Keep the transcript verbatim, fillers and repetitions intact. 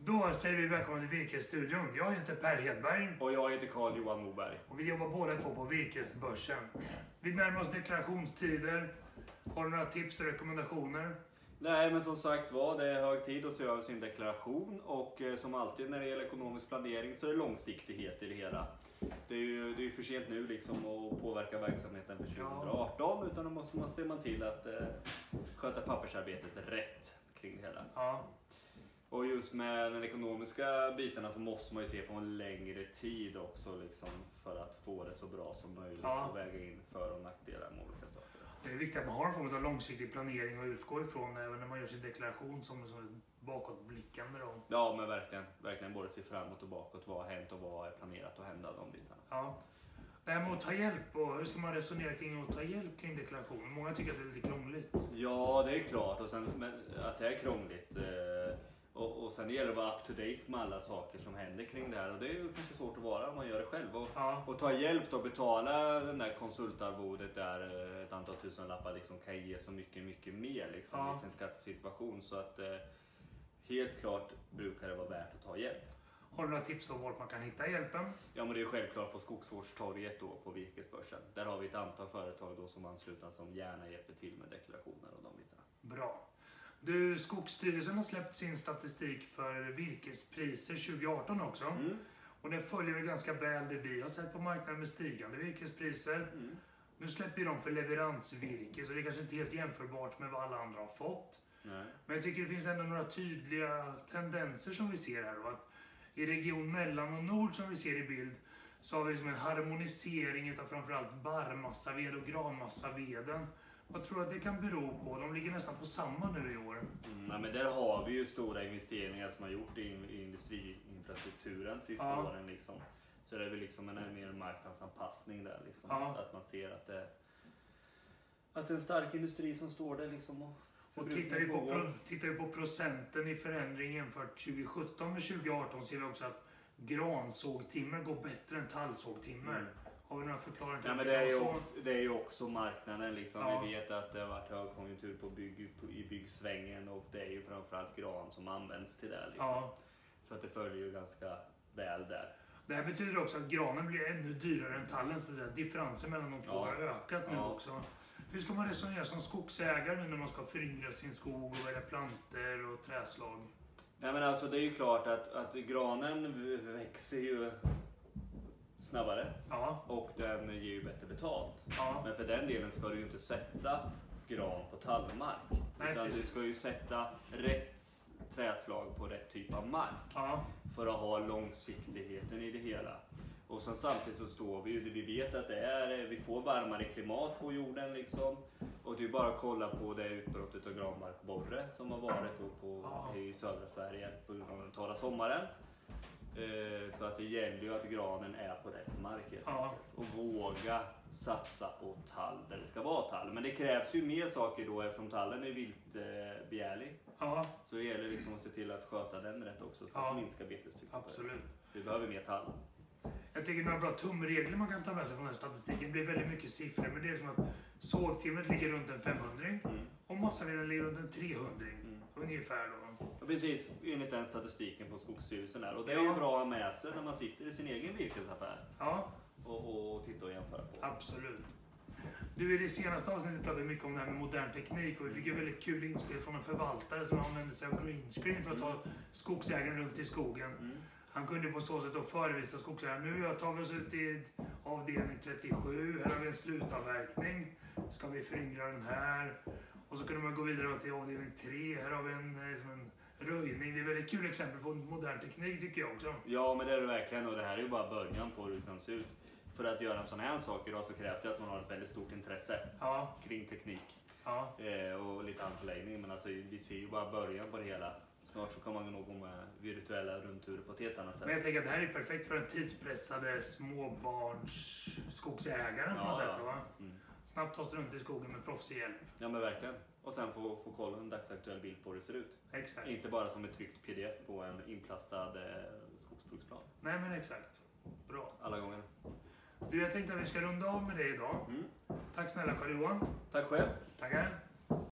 Då säger vi välkomna till Virkesstudion. Jag heter Per Hedberg. Och jag heter Carl Johan Moberg. Och vi jobbar båda två på Virkesbörsen. Vi närmar oss deklarationstider. Har du några tips och rekommendationer? Nej, men som sagt var, det är hög tid att se över sin deklaration. Och eh, som alltid när det gäller ekonomisk planering så är det långsiktighet i det hela. Det är ju det är för sent nu liksom att påverka verksamheten för tjugo arton. Utan då måste man se man till att eh, sköta pappersarbetet rätt kring det hela. Ja. Och just med den ekonomiska bitarna så måste man ju se på en längre tid också liksom, för att få det så bra som möjligt Ja. och väga in för- och nackdelar med olika saker. Det är viktigt att man har en form av långsiktig planering att utgå ifrån även när man gör sin deklaration som, som ett bakåtblickande. Då. Ja, men verkligen, verkligen både se framåt och bakåt. Vad har hänt och vad är planerat att hända, de bitarna. Ja. Det här med att ta hjälp, och hur ska man resonera kring att ta hjälp kring deklarationen? Många tycker att det är lite krångligt. Ja, det är klart. Och sen, men att det är krångligt. Eh, och, och sen gäller det att vara up to date med alla saker som händer kring det här. Och det är ju kanske svårt att vara om man gör det själv. Och, Ja. och ta hjälp och betala den där konsultarvodet där eh, ett antal tusen lappar liksom kan ge så mycket, mycket mer liksom, Ja. i sin skattesituation. Så att eh, helt klart brukar det vara värt att ta hjälp. Har du några tips på vart man kan hitta hjälpen? Ja, men det är självklart på Skogsvårdstorget då på Virkesbörsen. Där har vi ett antal företag då som anslutna som gärna hjälper till med deklarationer och de bitarna. Bra. Du, Skogsstyrelsen har släppt sin statistik för virkespriser tjugo arton också. Mm. Och det följer väl ganska väl det vi har sett på marknaden med stigande virkespriser. Mm. Nu släpper ju de för leveransvirke, så det är kanske inte helt jämförbart med vad alla andra har fått. Nej. Men jag tycker det finns ändå några tydliga tendenser som vi ser här. Då. Att i region mellan och nord som vi ser i bild så har vi liksom en harmonisering av framförallt barrmassaved och granmassaveden. Vad tror du att det kan bero på? De ligger nästan på samma nu i år. Mm, nej, men där har vi ju stora investeringar som har gjort i, i industriinfrastrukturen de sista Ja. åren. Liksom. Så det är väl liksom en mer marknadsanpassning där. Liksom. Ja. Att man ser att det, att det är en stark industri som står där. Liksom, och Och tittar vi, på, pro- tittar vi på procenten i förändring jämfört tjugo sjutton med tjugo arton ser vi också att gransågtimmer går bättre än tallsågtimmer. Mm. Har vi några förklaringar till Ja, men det, är ju, Så- det är ju också marknaden. Liksom. Ja. Vi vet att det har varit högkonjunktur på bygg, på, i byggsvängen och det är ju framförallt gran som används till det. Liksom. Ja. Så att det följer ju ganska väl där. Det här betyder också att granen blir ännu dyrare än tallen. Så att differensen mellan de två Ja. har ökat nu Ja. också. Hur ska man resonera som skogsägare nu när man ska föryngra sin skog och välja planter och träslag? Nej, men alltså det är ju klart att, att granen växer ju snabbare Ja, och den ger ju bättre betalt. ja, Men för den delen ska du ju inte sätta gran på tallmark. Nej, utan precis. du ska ju sätta rätt träslag på rätt typ av mark. ja, För att ha långsiktigheten i det hela. Och sen samtidigt så står vi ju, vi vet att det är, vi får varmare klimat på jorden liksom. Och det är bara att kolla på det utbrottet av granbarkborre som har varit då på, Ja. i södra Sverige på grund av den torra sommaren. Eh, så att det gäller ju att granen är på rätt mark helt Ja. enkelt. Och våga satsa på tall där det ska vara tall. Men det krävs ju mer saker då eftersom tallen är vilt eh, begärlig. ja, Så det gäller liksom att se till att sköta den rätt också för Ja. att minska betestrycket. absolut. Vi behöver mer tall. Jag tycker några bra tumregler man kan ta med sig från den här statistiken. Det blir väldigt mycket siffror, men det är som att sågtimret ligger runt en femhundring Mm. och massaveden ligger runt en trehundring. Mm. Ungefär då. Ja, precis, enligt den statistiken på Skogsstyrelsen här. Och det är ju Ja. bra att ha med sig när man sitter i sin egen virkesaffär Ja, och, och titta och jämföra på. absolut. Du, i det senaste avsnittet pratade vi mycket om det här med modern teknik och vi fick ju väldigt kul inspel från en förvaltare som använde sig av green screen för att ta skogsägaren runt i skogen. Mm. Han kunde på så sätt då förevisa skogsägaren. Nu tar vi oss ut i avdelning trettiosju. Här har vi en slutavverkning. Ska vi föryngra den här? Och så kunde man gå vidare till avdelning tre. Här har vi en, liksom en röjning. Det är ett väldigt kul exempel på modern teknik tycker jag också. Ja, men det är det verkligen och det här är ju bara början på hur det kan se ut. För att göra en sån här sak idag så krävs det att man har ett väldigt stort intresse Ja, kring teknik ja, eh, och lite anläggning. Men alltså, vi ser ju bara början på det hela. Snart så kan man nog gå med virtuella rundturer på ett helt annat sätt. men jag tänker att det här är perfekt för den tidspressade småbarns skogsägaren på något Ja, sätt. ja. Va? Mm. Snabbt ta sig runt i skogen med proffsig hjälp. Ja, men verkligen. Och sen få, få kolla en dagsaktuell bild på hur det ser ut. Exakt. Inte bara som ett tryckt pdf på en inplastad eh, skogsbruksplan. Nej men exakt. Bra. Alla gånger. Du, jag tänkte att vi ska runda av med det idag. Mm. Tack snälla Carl-Johan. Tack själv. Tackar.